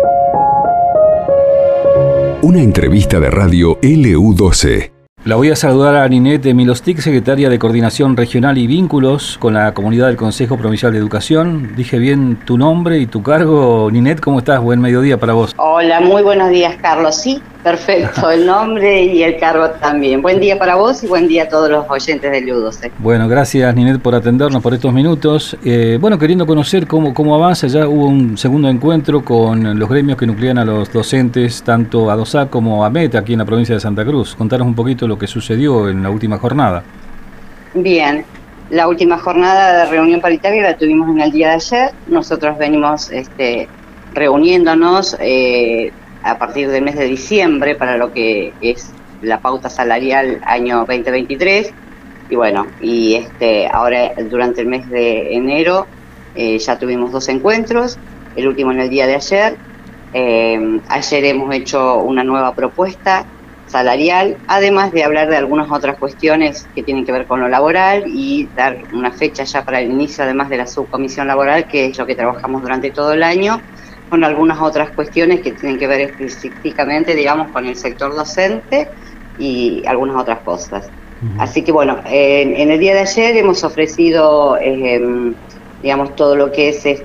Una entrevista de radio LU12. La voy a saludar a Ninette Milostic, secretaria de Coordinación Regional y Vínculos con la comunidad del Consejo Provincial de Educación. ¿Dije bien tu nombre y tu cargo? Ninette, ¿cómo estás? Buen mediodía para vos. Hola, muy buenos días, Carlos. Sí, perfecto, el nombre y el cargo también. Buen día para vos y buen día a todos los oyentes de LU12. Bueno, gracias Ninette por atendernos por estos minutos. Queriendo conocer cómo avanza, ya hubo un segundo encuentro con los gremios que nuclean a los docentes, tanto a ADOSAC como a AMET, aquí en la provincia de Santa Cruz. Contanos un poquito lo que sucedió en la última jornada. Bien, la última jornada de reunión paritaria la tuvimos en el día de ayer. Nosotros venimos reuniéndonos a partir del mes de diciembre para lo que es la pauta salarial año 2023. Y bueno, ahora durante el mes de enero ya tuvimos 2 encuentros, el último en el día de ayer. Ayer hemos hecho una nueva propuesta salarial, además de hablar de algunas otras cuestiones que tienen que ver con lo laboral y dar una fecha ya para el inicio, además de la subcomisión laboral, que es lo que trabajamos durante todo el año, con algunas otras cuestiones que tienen que ver específicamente, digamos, con el sector docente y algunas otras cosas. Así que bueno, en el día de ayer hemos ofrecido, digamos, todo lo que es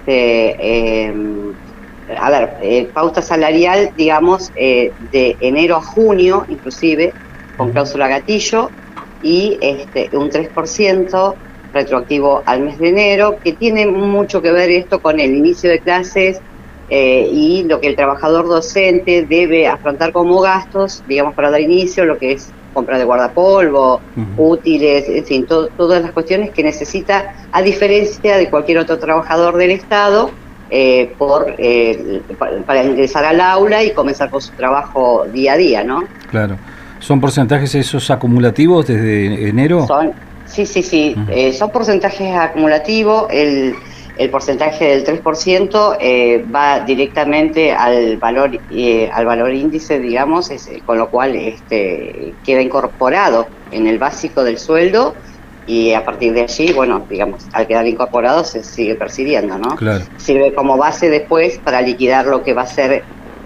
pauta salarial, digamos, de enero a junio, inclusive, con cláusula gatillo, y un 3% retroactivo al mes de enero, que tiene mucho que ver esto con el inicio de clases y lo que el trabajador docente debe afrontar como gastos, digamos, para dar inicio, lo que es compra de guardapolvo, útiles, en fin, todas las cuestiones que necesita, a diferencia de cualquier otro trabajador del Estado, para ingresar al aula y comenzar con su trabajo día a día, ¿no? Claro. ¿Son porcentajes esos acumulativos desde enero? Sí. Son porcentajes acumulativos. El porcentaje del 3% va directamente al valor índice, digamos, con lo cual queda incorporado en el básico del sueldo. Y a partir de allí, bueno, digamos, al quedar incorporado se sigue percibiendo, ¿no? Claro. Sirve como base después para liquidar lo que va a ser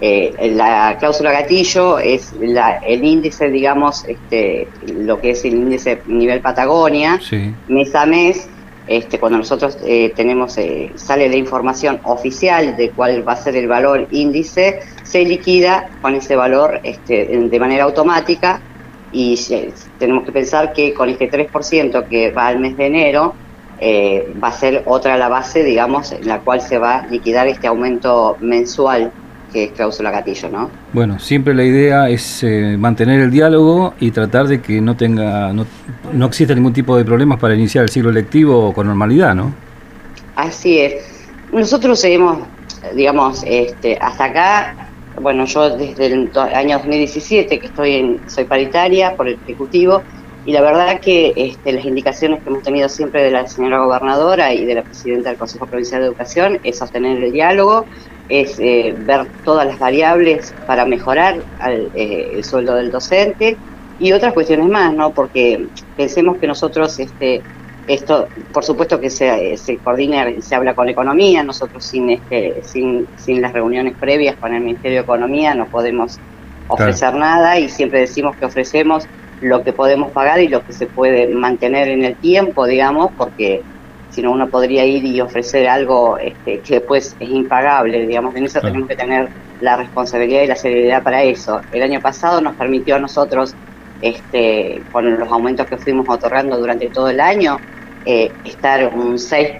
la cláusula gatillo, es el índice, digamos, lo que es el índice nivel Patagonia, sí, mes a mes. Cuando nosotros sale la información oficial de cuál va a ser el valor índice, se liquida con ese valor de manera automática. Y tenemos que pensar que con este 3% que va al mes de enero, va a ser otra la base, digamos, en la cual se va a liquidar este aumento mensual que es cláusula gatillo, ¿no? Bueno, siempre la idea es mantener el diálogo y tratar de que no exista ningún tipo de problemas para iniciar el ciclo lectivo con normalidad, ¿no? Así es. Nosotros hemos, digamos, hasta acá. Bueno, yo desde el año 2017 que soy paritaria por el Ejecutivo, y la verdad que las indicaciones que hemos tenido siempre de la señora gobernadora y de la presidenta del Consejo Provincial de Educación es sostener el diálogo, es ver todas las variables para mejorar el sueldo del docente y otras cuestiones más, ¿no? Porque pensemos que nosotros esto, por supuesto que se coordina, se habla con Economía. Nosotros sin las reuniones previas con el Ministerio de Economía no podemos ofrecer nada, y siempre decimos que ofrecemos lo que podemos pagar y lo que se puede mantener en el tiempo, digamos, porque si no uno podría ir y ofrecer algo que después es impagable, digamos. En eso tenemos que tener la responsabilidad y la seriedad para eso. El año pasado nos permitió a nosotros, con los aumentos que fuimos otorgando durante todo el año, estar un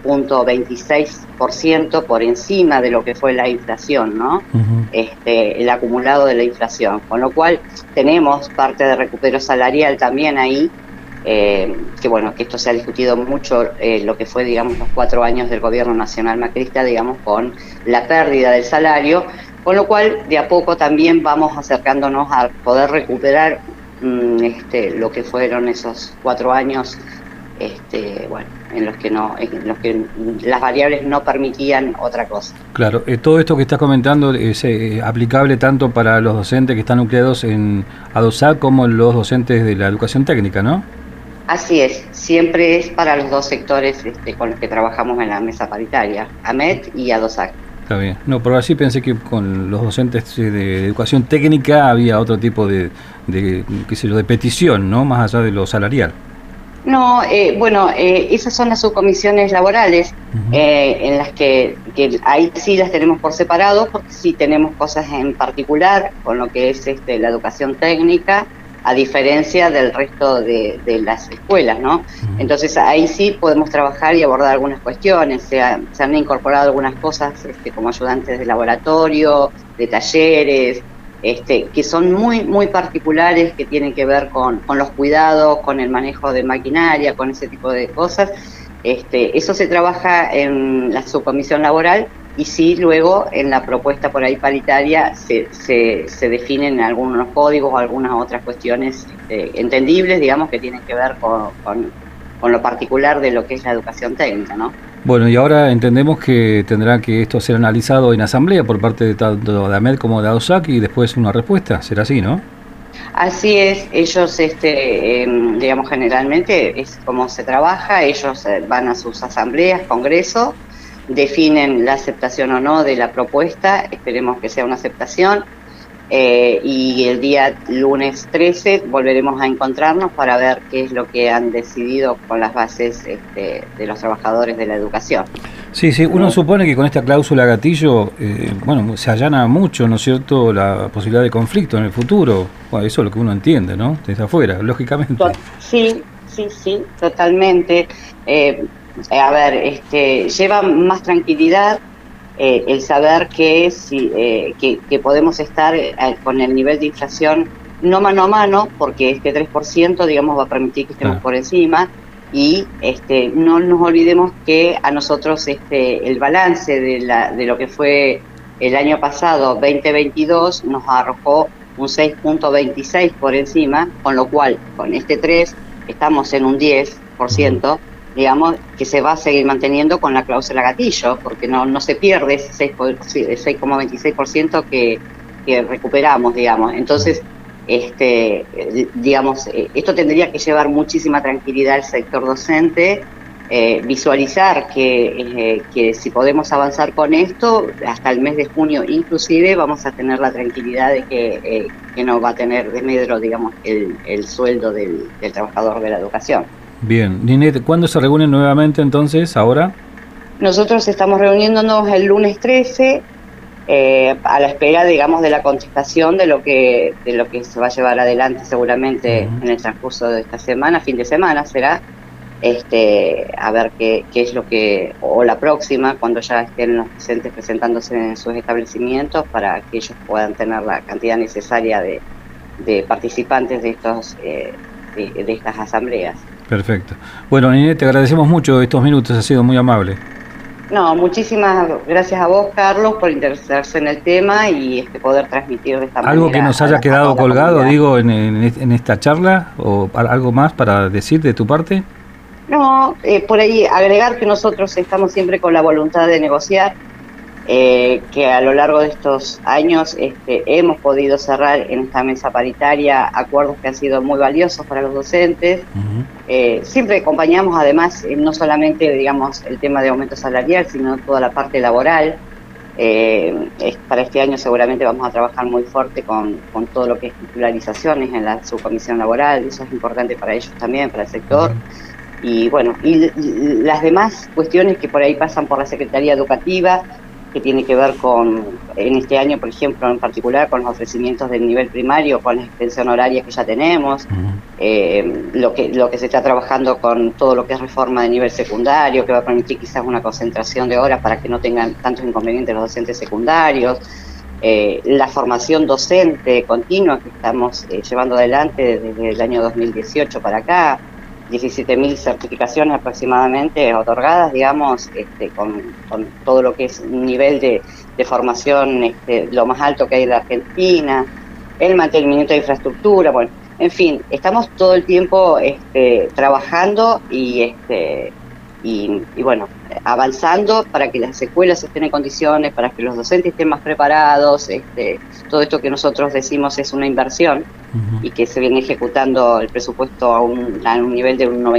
6.26% por encima de lo que fue la inflación, ¿no? El acumulado de la inflación, con lo cual tenemos parte de recupero salarial también ahí, que bueno, que esto se ha discutido mucho, lo que fue, digamos, los 4 años del gobierno nacional macrista, digamos, con la pérdida del salario, con lo cual de a poco también vamos acercándonos a poder recuperar lo que fueron esos 4 años, en los que las variables no permitían otra cosa. Claro, todo esto que estás comentando es aplicable tanto para los docentes que están nucleados en ADOSAC como los docentes de la educación técnica, ¿no? Así es, siempre es para los dos sectores con los que trabajamos en la mesa paritaria, AMET y ADOSAC. Está bien. No, pero así pensé que con los docentes de educación técnica había otro tipo de qué sé yo, de petición, ¿no? Más allá de lo salarial. No, bueno, esas son las subcomisiones laborales, Ujú. en las que ahí sí las tenemos por separado, porque sí tenemos cosas en particular con lo que es la educación técnica, a diferencia del resto de las escuelas, ¿no? Ujú. Entonces ahí sí podemos trabajar y abordar algunas cuestiones, se han incorporado algunas cosas como ayudantes de laboratorio, de talleres, que son muy, muy particulares, que tienen que ver con los cuidados, con el manejo de maquinaria, con ese tipo de cosas. Eso se trabaja en la subcomisión laboral y sí luego en la propuesta por ahí paritaria se definen algunos códigos o algunas otras cuestiones entendibles, digamos, que tienen que ver con lo particular de lo que es la educación técnica, ¿no? Bueno, y ahora entendemos que tendrá que esto ser analizado en asamblea por parte de tanto de AMED como de ADOSAC y después una respuesta. ¿Será así, no? Así es, ellos, digamos, generalmente es como se trabaja, ellos van a sus asambleas, congresos, definen la aceptación o no de la propuesta, esperemos que sea una aceptación, y el día lunes 13 volveremos a encontrarnos para ver qué es lo que han decidido con las bases de los trabajadores de la educación. Sí, sí, uno supone que con esta cláusula gatillo, bueno, se allana mucho, ¿no es cierto?, la posibilidad de conflicto en el futuro. Bueno, eso es lo que uno entiende, ¿no?, desde afuera, lógicamente. Sí, sí, sí, totalmente. A ver, lleva más tranquilidad el saber que podemos estar con el nivel de inflación no mano a mano, porque este 3%, digamos, va a permitir que estemos por encima, y no nos olvidemos que a nosotros el balance de lo que fue el año pasado, 2022, nos arrojó un 6,26 por encima, con lo cual, con este 3, estamos en un 10%, digamos, que se va a seguir manteniendo con la cláusula gatillo, porque no se pierde ese 6,26% que recuperamos, digamos. Entonces, digamos, esto tendría que llevar muchísima tranquilidad al sector docente, visualizar que si podemos avanzar con esto, hasta el mes de junio inclusive vamos a tener la tranquilidad de que no va a tener desmedro, digamos, el sueldo del trabajador de la educación. Bien, Ninette, ¿cuándo se reúnen nuevamente entonces, ahora? Nosotros estamos reuniéndonos el lunes 13, a la espera, digamos, de la contestación de lo que se va a llevar adelante seguramente en el transcurso de esta semana, fin de semana será, a ver qué es lo que, o la próxima, cuando ya estén los docentes presentándose en sus establecimientos, para que ellos puedan tener la cantidad necesaria de participantes de estas asambleas. Perfecto. Bueno, Ninette, te agradecemos mucho estos minutos, ha sido muy amable. No, muchísimas gracias a vos, Carlos, por interesarse en el tema y poder transmitir de esta manera. ¿Algo que nos haya quedado colgado, digo, en esta charla? ¿O algo más para decir de tu parte? No, por ahí agregar que nosotros estamos siempre con la voluntad de negociar, que a lo largo de estos años hemos podido cerrar en esta mesa paritaria acuerdos que han sido muy valiosos para los docentes. Siempre acompañamos además no solamente, digamos, el tema de aumento salarial, sino toda la parte laboral. Para este año seguramente vamos a trabajar muy fuerte con todo lo que es titularizaciones en la subcomisión laboral, eso es importante para ellos también, para el sector. Y bueno, y las demás cuestiones que por ahí pasan por la Secretaría Educativa, que tiene que ver en este año, por ejemplo, en particular, con los ofrecimientos del nivel primario, con la extensión horaria que ya tenemos, lo que se está trabajando con todo lo que es reforma de nivel secundario, que va a permitir quizás una concentración de horas para que no tengan tantos inconvenientes los docentes secundarios, la formación docente continua que estamos llevando adelante desde el año 2018 para acá, 17.000 certificaciones aproximadamente otorgadas, digamos, con todo lo que es un nivel de formación lo más alto que hay en la Argentina, el mantenimiento de infraestructura, bueno, en fin, estamos todo el tiempo trabajando y bueno, avanzando para que las escuelas estén en condiciones, para que los docentes estén más preparados. Todo esto que nosotros decimos es una inversión y que se viene ejecutando el presupuesto a un nivel de un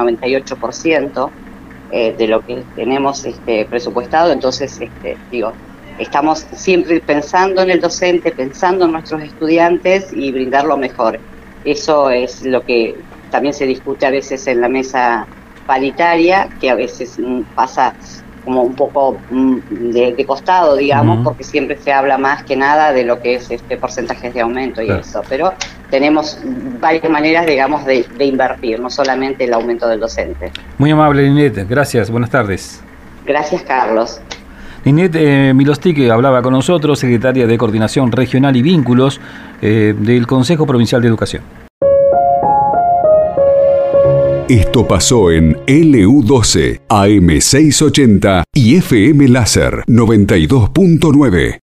97-98% de lo que tenemos presupuestado. Entonces, digo, estamos siempre pensando en el docente, pensando en nuestros estudiantes y brindar lo mejor. Eso es lo que también se discute a veces en la mesa paritaria, que a veces pasa como un poco de costado, digamos, porque siempre se habla más que nada de lo que es porcentajes de aumento y eso, pero tenemos varias maneras, digamos, de invertir, no solamente el aumento del docente. Muy amable, Ninette, gracias, buenas tardes. Gracias, Carlos. Ninette Milostic hablaba con nosotros, secretaria de Coordinación Regional y Vínculos del Consejo Provincial de Educación. Esto pasó en LU12, AM680 y FM Láser 92.9.